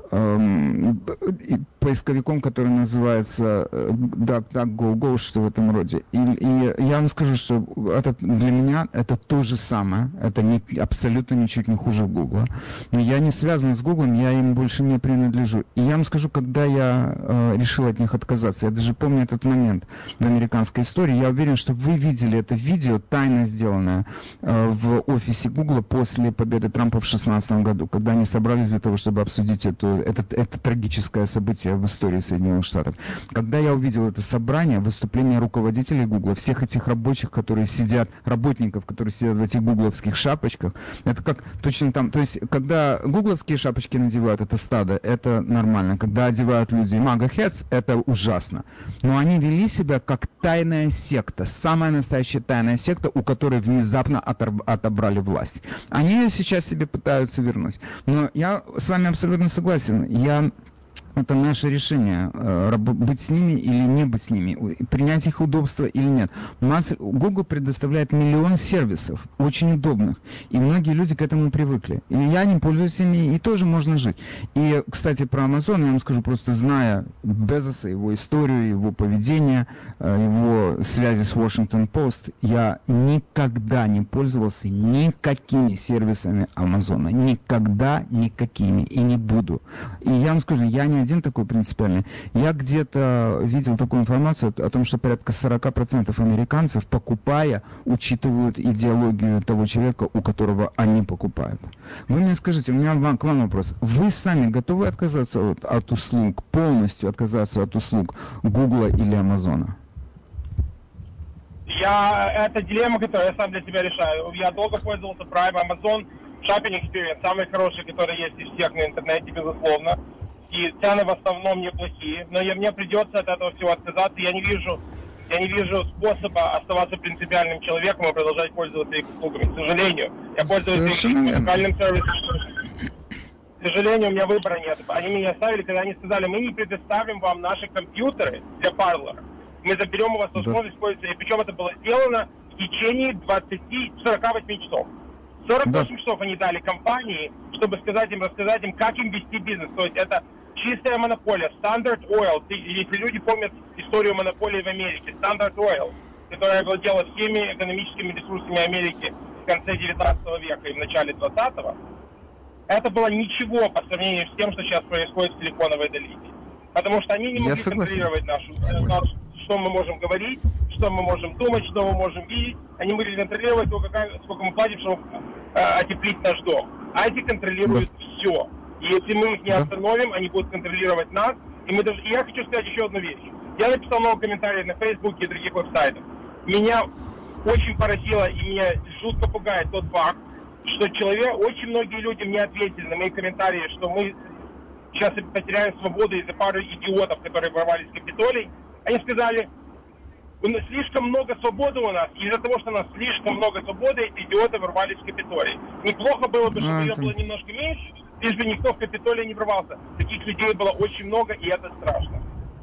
э, поисковиком, который называется э, DuckDuckGo, что в этом роде. И, и я вам скажу, что это, для меня это то же самое. Это не, абсолютно ничуть не хуже Гугла. Но я не связан с Гуглом, я им больше не принадлежу. И я вам скажу, когда я э, решил от них отказаться, я даже помню этот момент в американской истории. Я уверен, что вы видели это видео, тайно сделанное э, в офисе Гугла после победы Трампа в две тысячи шестнадцатом году, когда они собрались для того, чтобы обсудить эту, это, это трагическое событие в истории Соединенных Штатов. Когда я увидел это собрание, выступление руководителей Гугла, всех этих рабочих, которые сидят, работников, которые сидят в этих гугловских шапочках, это как точно там, то есть, когда гугловские шапочки надевают, это стадо, это нормально. Когда одевают люди MAGA-heads, это ужасно. Но они вели себя как тайная секта, самая настоящая тайная секта, у которой внезапно оторв- отобрали власть. Они ее сейчас себе пытаются вернуть. Но я с вами абсолютно согласен. Я... Это наше решение, быть с ними или не быть с ними, принять их удобства или нет. Масса... Google предоставляет миллион сервисов, очень удобных, и многие люди к этому привыкли. И я не пользуюсь ими, и тоже можно жить. И, кстати, про Amazon я вам скажу, просто зная Безоса, его историю, его поведение, его связи с Washington Post, я никогда не пользовался никакими сервисами Amazon. Никогда никакими, и не буду. И я вам скажу, я не один такой принципиальный. Я где-то видел такую информацию о том, что порядка сорок процентов американцев, покупая, учитывают идеологию того человека, у которого они покупают. Вы мне скажите, у меня вам, к вам вопрос. Вы сами готовы отказаться от, от услуг, полностью отказаться от услуг Гугла или Амазона? Я, это дилемма, которую я сам для себя решаю. Я долго пользовался Prime, Amazon, Shopping Experience, самый хороший, который есть из всех на интернете, безусловно. И цены в основном неплохие, но я, мне придется от этого всего отказаться. Я не вижу, я не вижу способа оставаться принципиальным человеком и продолжать пользоваться их услугами. К сожалению, я пользуюсь их музыкальным сервисом. К сожалению, у меня выбора нет. Они меня оставили, когда они сказали, мы не предоставим вам наши компьютеры для Parler. Мы заберем у вас возможность пользоваться. И причем это было сделано в течение двадцати-сорока восьми часов. сорок восемь да. часов они дали компании, чтобы сказать им, рассказать им, как им вести бизнес. То есть это чистая монополия. Standard Oil. Если люди помнят историю монополии в Америке, Standard Oil, которая владела всеми экономическими ресурсами Америки в конце девятнадцатого века и в начале двадцатого, это было ничего по сравнению с тем, что сейчас происходит с силиконовой долиной. Потому что они не могли контролировать нашу, нашу, что мы можем говорить, что мы можем думать, что мы можем видеть. Они могли контролировать то, какая, сколько мы платим, чтобы э, отеплить наш дом. А эти контролируют да. все. И если мы их не остановим, они будут контролировать нас. И, мы даже... и я хочу сказать еще одну вещь. Я написал много комментариев на Фейсбуке и других веб-сайтах. Меня очень поразило и меня жутко пугает тот факт, что человек, очень многие люди мне ответили на мои комментарии, что мы сейчас потеряем свободу из-за пары идиотов, которые ворвались в Капитолий. Они сказали, слишком много свободы у нас, из-за того, что у нас слишком много свободы, эти идиоты ворвались в Капитолий. Неплохо было бы, чтобы ее было немножко меньше, лишь бы никто в Капитолий не ворвался. Таких людей было очень много, и это страшно.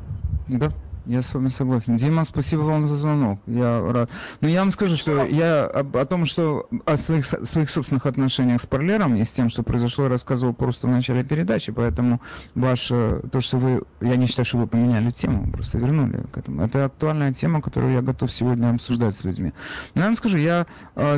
Да. Я с вами согласен. Дима, спасибо вам за звонок. Я рад. Но я вам скажу, что я об, о том, что о своих, своих собственных отношениях с Парлером и с тем, что произошло, я рассказывал просто в начале передачи, поэтому ваше, то, что вы, я не считаю, что вы поменяли тему, просто вернули к этому. Это актуальная тема, которую я готов сегодня обсуждать с людьми. Но я вам скажу, я э,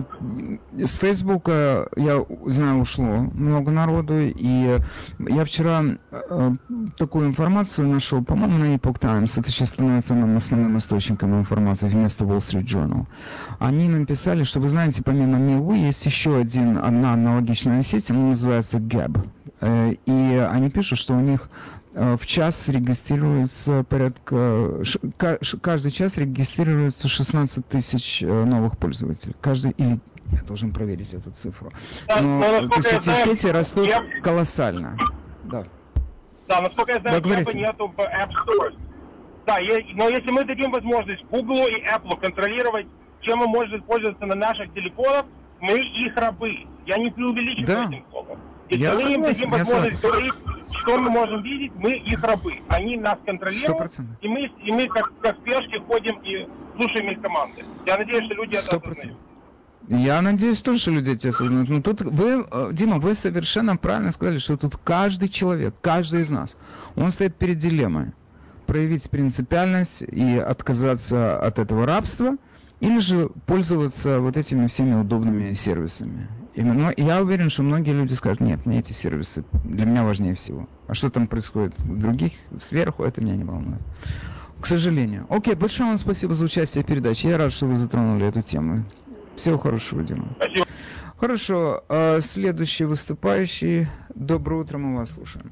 с Фейсбука, я знаю, ушло много народу, и я вчера э, такую информацию нашел, по-моему, на Epoch Times, это сейчас становится основным источником информации вместо Wall Street Journal. Они написали, что, вы знаете, помимо Милвы есть еще один, одна аналогичная сеть, она называется Gab. И они пишут, что у них в час регистрируется порядка... Каждый час регистрируется шестнадцать тысяч новых пользователей. Каждый... Или я должен проверить эту цифру. Да, но, но, то есть эти знаю, сети растут я... колоссально. Да. Да, насколько я знаю, Apple нету в App Store. Да, но если мы дадим возможность Google и Apple контролировать, чем мы можем пользоваться на наших телефонах, мы их рабы. Я не преувеличиваю да. этим словом. Если я мы согласен, им дадим возможность согласен. говорить, что мы можем видеть, мы их рабы. Они нас контролируют, сто процентов. и мы, и мы как, как пешки ходим и слушаем их команды. Я надеюсь, что люди сто это осознают. Я надеюсь тоже, что люди это осознают. Но тут вы, Дима, вы совершенно правильно сказали, что тут каждый человек, каждый из нас, он стоит перед дилеммой. Проявить принципиальность и отказаться от этого рабства, или же пользоваться вот этими всеми удобными сервисами. Именно, я уверен, что многие люди скажут, нет, мне эти сервисы для меня важнее всего. А что там происходит в других сверху, это меня не волнует. К сожалению. Окей, большое вам спасибо за участие в передаче. Я рад, что вы затронули эту тему. Всего хорошего, Дима. Спасибо. Хорошо. Следующий выступающий. Доброе утро, мы вас слушаем.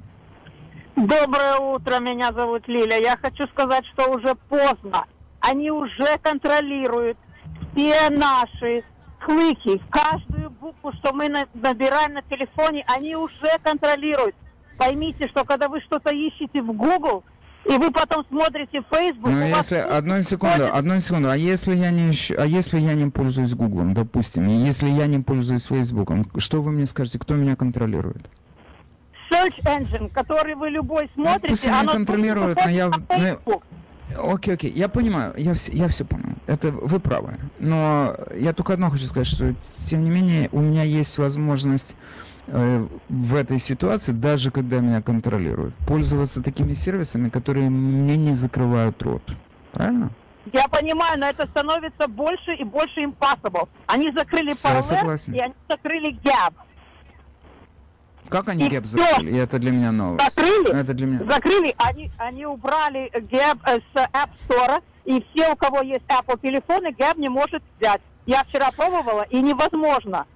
Доброе утро, меня зовут Лиля. Я хочу сказать, что уже поздно. Они уже контролируют все наши клики, каждую букву, что мы набираем на телефоне, они уже контролируют. Поймите, что когда вы что-то ищете в Google, и вы потом смотрите в Facebook... Ну, если... Одну секунду, ходит... одну секунду. А если я не ищу... А если я не пользуюсь Гуглом, допустим, и если я не пользуюсь Фейсбуком, что вы мне скажете, кто меня контролирует? Search engine, который вы любой смотрите, ну, пусть они контролируют, но я... Facebook. Окей, окей, я понимаю, я все, я все понял, это вы правы, но я только одно хочу сказать, что тем не менее у меня есть возможность э, в этой ситуации, даже когда меня контролируют, пользоваться такими сервисами, которые мне не закрывают рот, правильно? Я понимаю, но это становится больше и больше impossible. Они закрыли Parler, и они закрыли Gab. Как они Gab закрыли? И это для меня новость. Закрыли, это для меня... закрыли, они, они убрали Gab с App Store, и все, у кого есть Apple телефоны, Gab не может взять. Я вчера пробовала, и невозможно.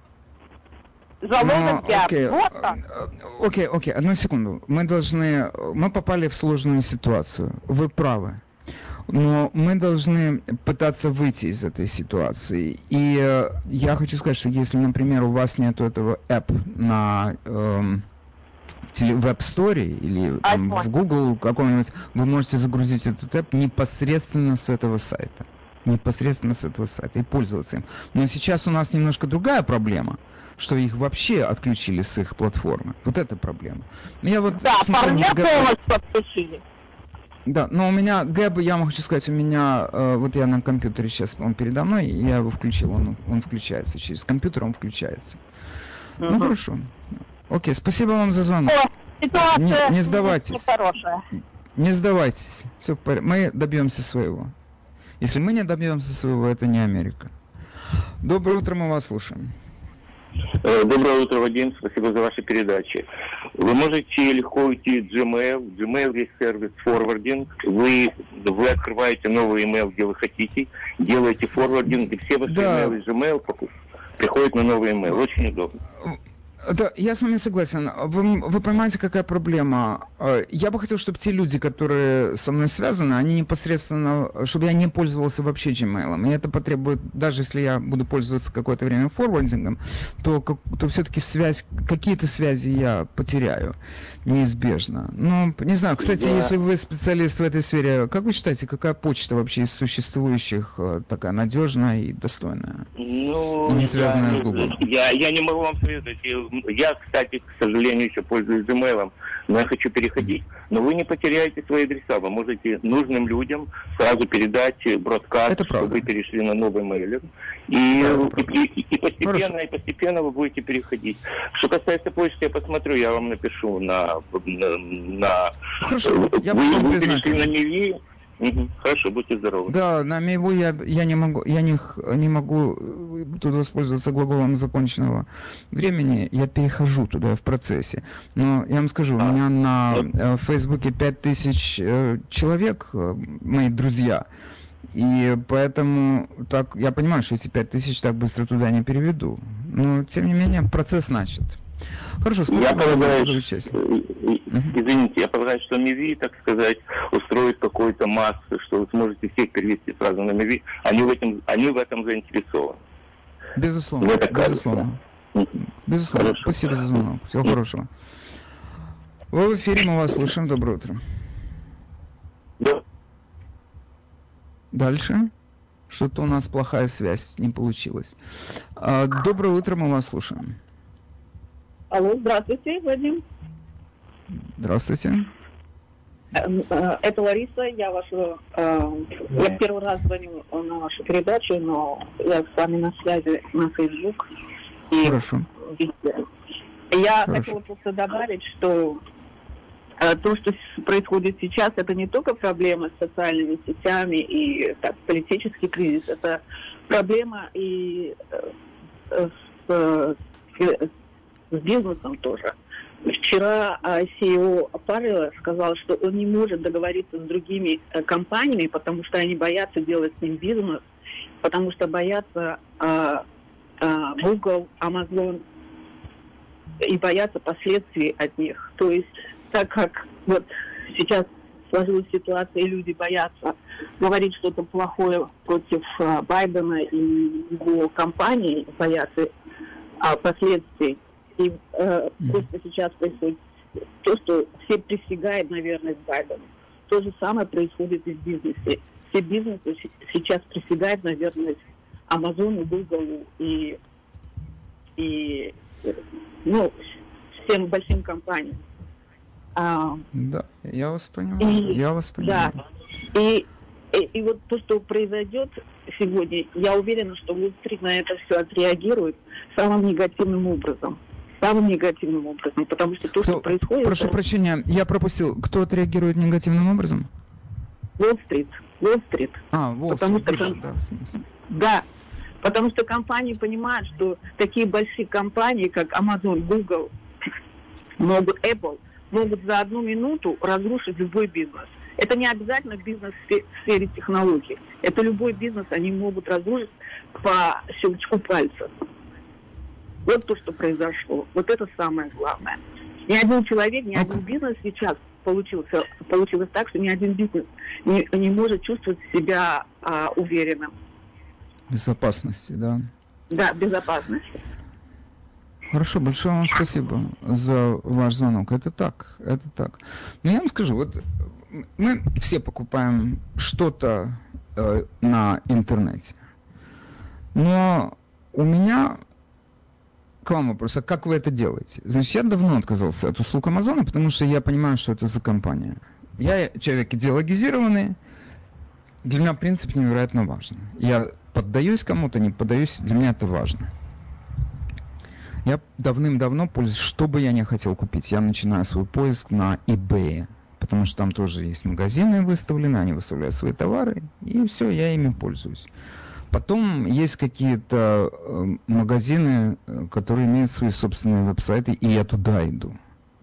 Залогать Gab. Окей, вот так. Окей, окей, одну секунду. Мы должны... Мы попали в сложную ситуацию. Вы правы. Но мы должны пытаться выйти из этой ситуации. И э, я хочу сказать, что если, например, у вас нет этого app на э, теле, в App Store или там, в Google каком-нибудь, вы можете загрузить этот app непосредственно с этого сайта. Непосредственно с этого сайта и пользоваться им. Но сейчас у нас немножко другая проблема, что их вообще отключили с их платформы. Вот это проблема. Я вот да, смотрю, парня полностью отключили. Да, но у меня Gab, я вам хочу сказать, у меня, э, вот я на компьютере сейчас, он передо мной, я его включил, он, он включается, через компьютер он включается. Uh-huh. Ну хорошо. Окей, спасибо вам за звонок. О, не, не сдавайтесь. Нехорошая. Не сдавайтесь. Все в порядке. Мы добьемся своего. Если мы не добьемся своего, это не Америка. Доброе утро, мы вас слушаем. Доброе утро, Вадим. Спасибо за ваши передачи. Вы можете легко уйти в Gmail. В Gmail есть сервис форвардинг. Вы, вы открываете новый email, где вы хотите, делаете форвардинг, и все ваши да. email из Gmail приходят на новый email. Очень удобно. Да, я с вами согласен. Вы, вы понимаете, какая проблема? Я бы хотел, чтобы те люди, которые со мной связаны, они непосредственно, чтобы я не пользовался вообще Gmail. И это потребует, даже если я буду пользоваться какое-то время форвардингом, то, то все-таки связь, какие-то связи я потеряю неизбежно. Ну, не знаю, кстати, да. Если вы специалист в этой сфере, как вы считаете, какая почта вообще из существующих такая надежная и достойная? Ну, и не связанная я, с Google? Я, я не могу вам советовать. Я, кстати, к сожалению, еще пользуюсь Gmail, но я хочу переходить. Но вы не потеряете свои адреса. Вы можете нужным людям сразу передать бродкаст, чтобы вы перешли на новый мейлер. И, и, и, и постепенно, Хорошо. и постепенно вы будете переходить. Что касается почты, я посмотрю, я вам напишу на... на, на Хорошо, я вы, буду вы признателен. перешли на Миви. Угу. Хорошо, будьте здоровы. Да, на Миву я, я не могу, я не, не могу тут воспользоваться глаголом законченного времени, я перехожу туда в процессе. Но я вам скажу, а, у меня на да. Фейсбуке пять тысяч человек, мои друзья, и поэтому так, я понимаю, что эти пять тысяч так быстро туда не переведу. Но, тем не менее, процесс начат. Хорошо, спасибо. Я полагаю, замечательно. Извините, я полагаю, что МИВИ, так сказать, устроит какой-то массы, что вы сможете всех перевести сразу на МИВИ. Они в этом, они в этом заинтересованы. Безусловно, Мне так безусловно. кажется. Безусловно. Хорошо. Спасибо за звонок. Всего хорошего. Вы в эфире, мы вас слушаем. Доброе утро. Да. Дальше. Что-то у нас плохая связь, не получилось. А, доброе утро, мы вас слушаем. Алло, здравствуйте, Вадим. Здравствуйте. Это Лариса, я вашу, я первый раз звоню на вашу передачу, но я с вами на связи на Facebook. И Хорошо. Я Хорошо. хотела просто добавить, что то, что происходит сейчас, это не только проблема с социальными сетями и так, политический кризис, это проблема и с, с, с бизнесом тоже. Вчера си и о Паррелла сказал, что он не может договориться с другими компаниями, потому что они боятся делать с ним бизнес, потому что боятся а, а, Google, Amazon и боятся последствий от них. То есть, так как вот сейчас сложилась ситуация, и люди боятся говорить что-то плохое против а, Байдена и его компании, боятся а, последствий. И э, просто сейчас происходит то, что все присягают на верность Байдену. То же самое происходит и в бизнесе. Все бизнесы сейчас присягают на верность Амазону, Гуглу и, и ну, всем большим компаниям. А, да, я вас понимаю. И, я вас понимаю. Да. И, и, и вот то, что произойдет сегодня, я уверена, что Уолл-стрит на это все отреагирует самым негативным образом. Самым негативным образом, потому что то, Кто, что происходит... Прошу это... прощения, я пропустил. Кто отреагирует негативным образом? Уолл-стрит. Уолл-стрит. А, Уолл-стрит, что, да, в смысле. Да, потому что компании понимают, что такие большие компании, как Amazon, Google, могут, Apple, могут за одну минуту разрушить любой бизнес. Это не обязательно бизнес в сфере технологий. Это любой бизнес они могут разрушить по щелчку пальца. Вот то, что произошло. Вот это самое главное. Ни один человек, ни один бизнес сейчас получился, получилось так, что ни один бизнес не, не может чувствовать себя а, уверенным. Безопасности, да. Да, безопасности. Хорошо, большое вам спасибо за ваш звонок. Это так, это так. Но я вам скажу, вот мы все покупаем что-то э, на интернете. Но у меня к вам вопрос, а как вы это делаете? Значит, я давно отказался от услуг Амазона, потому что я понимаю, что это за компания. Я человек идеологизированный, для меня принцип невероятно важен. Я поддаюсь кому-то, не поддаюсь, для меня это важно. Я давным-давно пользуюсь, что бы я ни хотел купить, я начинаю свой поиск на eBay, потому что там тоже есть магазины выставлены, они выставляют свои товары, и все, я ими пользуюсь. Потом есть какие-то э, магазины, которые имеют свои собственные веб-сайты, и я туда иду.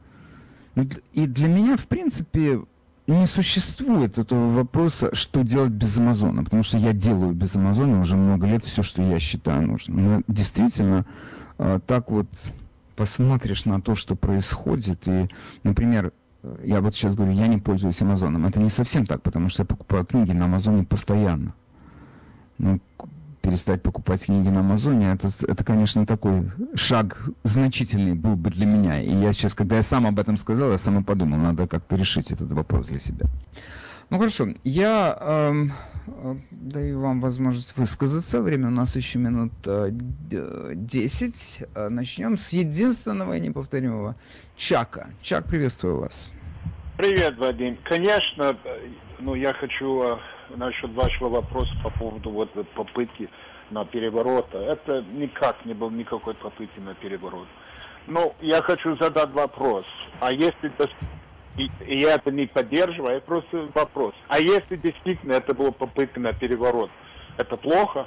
И для меня, в принципе, не существует этого вопроса, что делать без Амазона, потому что я делаю без Амазона уже много лет все, что я считаю нужным. Но действительно, э, так вот посмотришь на то, что происходит, и, например, я вот сейчас говорю, я не пользуюсь Амазоном. Это не совсем так, потому что я покупаю книги на Амазоне постоянно. Ну, перестать покупать книги на Амазоне, это, это, конечно, такой шаг значительный был бы для меня. И я сейчас, когда я сам об этом сказал, я сам и подумал, надо как-то решить этот вопрос для себя. Ну, хорошо, я э, э, даю вам возможность высказаться. Время у нас еще минут э, десять. Начнем с единственного и неповторимого Чака. Чак, приветствую вас. Привет, Вадим. Конечно, ну, я хочу насчет вашего вопроса по поводу вот попытки на переворот. Это никак не был никакой попытки на переворот. Но я хочу задать вопрос. А если и, и я это не поддерживаю, просто вопрос. А если действительно это была попытка на переворот, это плохо?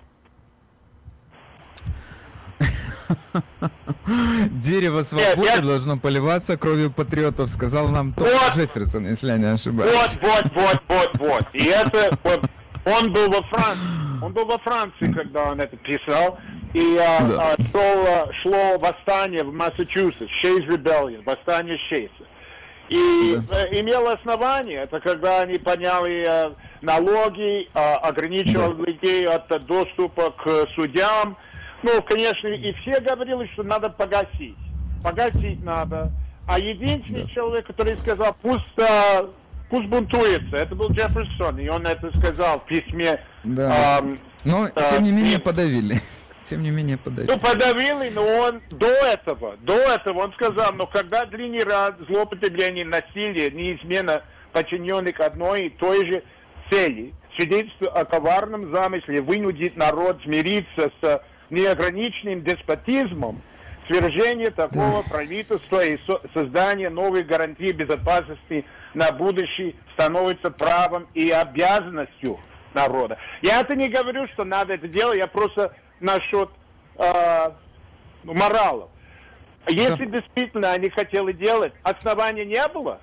Дерево свободы нет, должно поливаться кровью патриотов, сказал нам Томас вот, Джефферсон, если я не ошибаюсь. Вот, вот, вот, вот, вот. И это, вот, он был во Франции, он был во Франции, когда он это писал, И а, Да. а, шло, шло восстание в Массачусетс, Shays Rebellion, восстание Шейса. И э, имело основание, это когда они подняли э, налоги, э, ограничивали людей от э, доступа к судьям. Ну, конечно, и все говорили, что надо погасить. Погасить надо. А единственный Да. человек, который сказал, пусть, э, пусть бунтуется, это был Джефферсон, и он это сказал в письме. Да. эм, Но, э, тем не менее, и- подавили. Тем не менее, подавили. Ну, подавили, но он до этого, до этого он сказал, но когда длинный ряд злоупотреблений, насилия, неизменно подчиненных одной и той же цели, свидетельствует о коварном замысле вынудить народ смириться с неограниченным деспотизмом, свержение такого правительства и со- создание новых гарантий безопасности на будущее становится правом и обязанностью народа. Я это не говорю, что надо это делать, я просто насчет э, моралов. Если действительно они хотели делать, основания не было.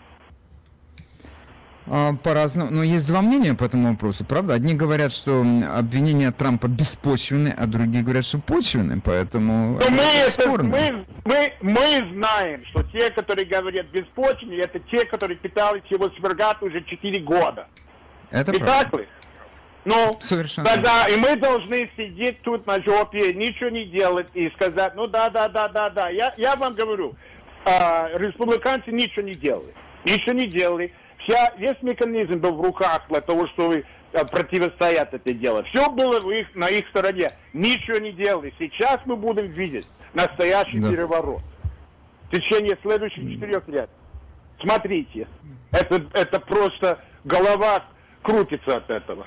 А, по-разному. Но есть два мнения по этому вопросу, правда? Одни говорят, что м, обвинения Трампа беспочвенны, а другие говорят, что почвенны, поэтому... Но мы, это это, спорно. мы, мы, мы знаем, что те, которые говорят беспочвенны, это те, которые пытались его свергать уже четыре года. Это Не правда. так ли? Ну, Совершенно. тогда и мы должны сидеть тут на жопе, ничего не делать и сказать, ну да, да, да, да, да. Я, я вам говорю, а, республиканцы ничего не делали. Ничего не делали. Вся, весь механизм был в руках для того, чтобы а, противостоять это дело. Все было в их, на их стороне. Ничего не делали. Сейчас мы будем видеть настоящий Да. переворот. В течение следующих четырех лет. Смотрите. Это, это просто голова крутится от этого.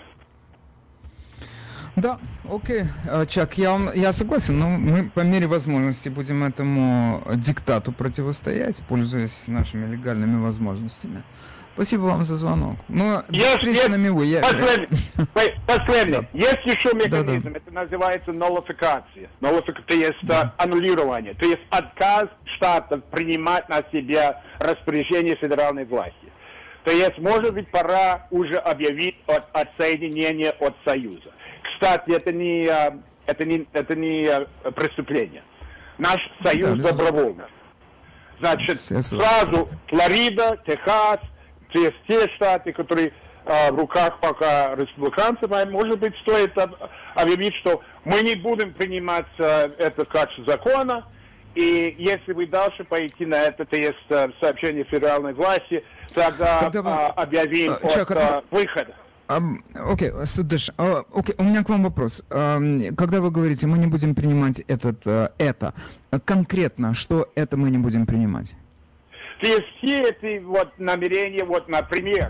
Да, окей, А, Чак, я, вам- я согласен, но мы по мере возможности будем этому диктату противостоять, пользуясь нашими легальными возможностями. Спасибо вам за звонок. Ну, до Есть, встречи есть на Миву. Я... Последний. Ой, последний. Да. Есть еще механизм, Да, это называется ноллификация. Ноллификация, то есть а, аннулирование, то есть отказ штатов принимать на себя распоряжение федеральной власти. То есть, может быть, пора уже объявить от отсоединения от Союза. Кстати, это не, а, это не, это не а, преступление. Наш Союз Да, да. добровольно. Значит, Я согласен. сразу Флорида, Техас, то есть те штаты, которые а, в руках пока республиканцев, а, может быть, стоит об- объявить, что мы не будем принимать а, это в качестве закона, и если вы дальше пойти на это, то есть а, сообщение федеральной власти, тогда Когда вы- а, объявим А, Чак, от а- а, выхода. Ам, Окей, Садыш, а, окей, у меня к вам вопрос. Ам, Когда вы говорите, мы не будем принимать этот, а, это, а конкретно, что это мы не будем принимать? То есть все эти вот намерения, вот, например,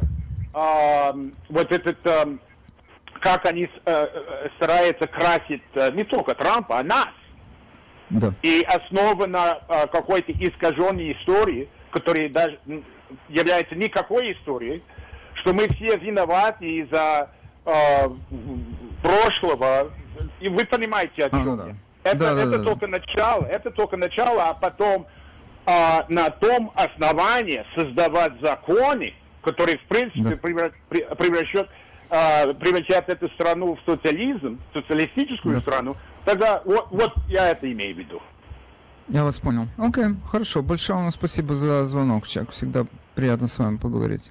ам, вот этот, ам, как они э, э, стараются красить э, не только Трампа, а нас. Да. И основа на э, какой-то искаженной истории, которая даже м, является никакой историей, что мы все виноваты из-за э, прошлого. И вы понимаете, о чем А, ну я. да. Это, Да, да, это да, только начало, это только начало, а потом а, на том основании создавать законы, которые, в принципе, Да. превра- пре- превращат, а, превратят эту страну в социализм, социалистическую Да. страну, тогда вот, вот я это имею в виду. Я вас понял. Окей, хорошо. Большое вам спасибо за звонок, Чак. Всегда приятно с вами поговорить.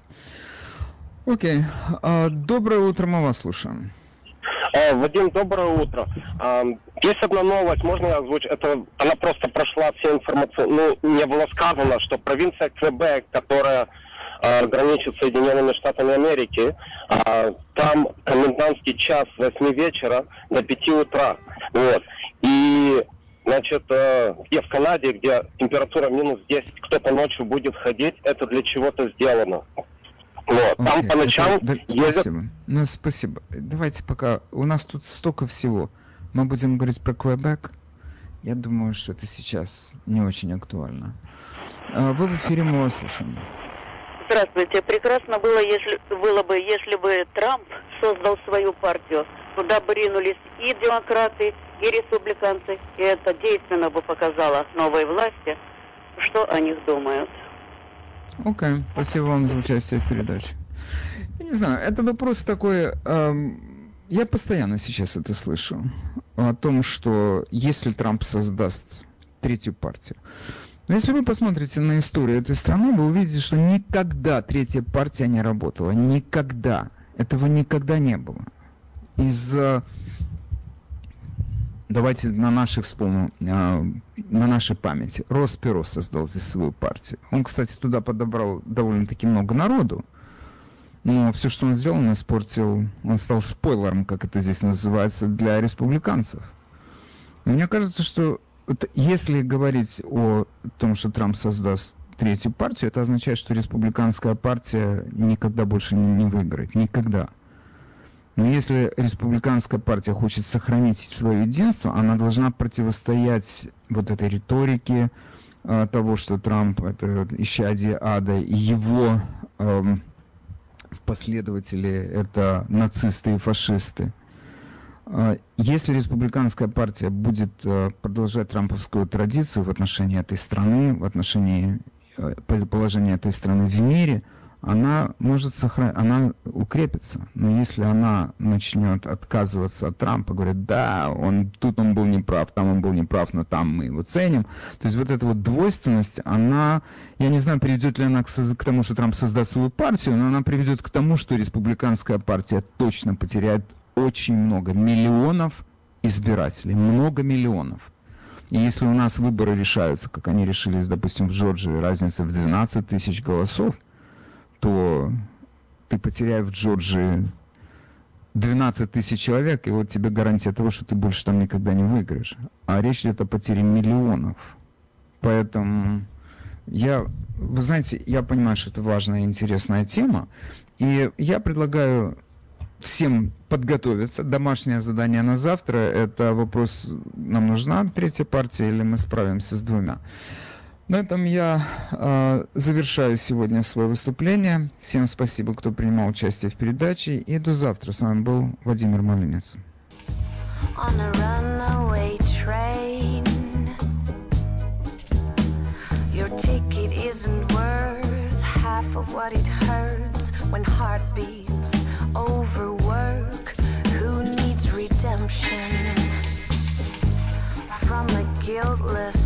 Окей. А, доброе утро, мы вас слушаем. Э, Вадим, доброе утро. А, Есть одна новость, можно я озвучу? Это, она просто прошла все информации. Ну, мне было сказано, что провинция Квебек, которая а, граничит с Соединенными Штатами Америки, а, там комендантский час с восьми вечера до пяти утра. Вот. И, значит, э, где в Канаде, где температура минус десять, кто-то ночью будет ходить, это для чего-то сделано. Вот. Там Окей, по ночам это- да, ездят... Спасибо. Ну, спасибо. Давайте пока... У нас тут столько всего. Мы будем говорить про Квебек. Я думаю, что это сейчас не очень актуально. А, Вы в эфире, мы вас слушаем. Здравствуйте. Прекрасно было, если, было бы, если бы Трамп создал свою партию. Туда бы ринулись и демократы, и республиканцы. И это действенно бы показало новой власти, что о них думают. Окей, спасибо вам за участие в передаче. Я не знаю, это вопрос такой... эм, я постоянно сейчас это слышу. О том, что если Трамп создаст третью партию. Но если вы посмотрите на историю этой страны, вы увидите, что никогда третья партия не работала. Никогда. Этого никогда не было. Из-за... Давайте на нашей вспомним, на нашей памяти. Росс Перот создал здесь свою партию. Он, кстати, туда подобрал довольно-таки много народу. Но все, что он сделал, он испортил, он стал спойлером, как это здесь называется, для республиканцев. Мне кажется, что вот если говорить о том, что Трамп создаст третью партию, это означает, что республиканская партия никогда больше не выиграет. Никогда. Но если республиканская партия хочет сохранить свое единство, она должна противостоять вот этой риторике э, того, что Трамп это исчадие ада, и его э, последователи это нацисты и фашисты. Э, если республиканская партия будет э, продолжать трамповскую традицию в отношении этой страны, в отношении э, положения этой страны в мире, она может сохранить, она укрепится. Но если она начнет отказываться от Трампа, говорит, да, он, тут он был неправ, там он был неправ, но там мы его ценим. То есть вот эта вот двойственность, она, я не знаю, приведет ли она к, к тому, что Трамп создаст свою партию, но она приведет к тому, что республиканская партия точно потеряет очень много миллионов избирателей. Много миллионов. И если у нас выборы решаются, как они решились, допустим, в Джорджии, разница в двенадцать тысяч голосов, то ты потеряешь в Джорджии двенадцать тысяч человек, и вот тебе гарантия того, что ты больше там никогда не выиграешь. А речь идет о потере миллионов. Поэтому я, вы знаете, я понимаю, что это важная и интересная тема, и я предлагаю всем подготовиться. Домашнее задание на завтра – это вопрос, нам нужна третья партия или мы справимся с двумя. На этом я э, завершаю сегодня свое выступление. Всем спасибо, кто принимал участие в передаче. И до завтра. С вами был Владимир Малинец. On a runaway train, your ticket isn't worth half of what it hurts when heart beats overwork. Who needs redemption from a guiltless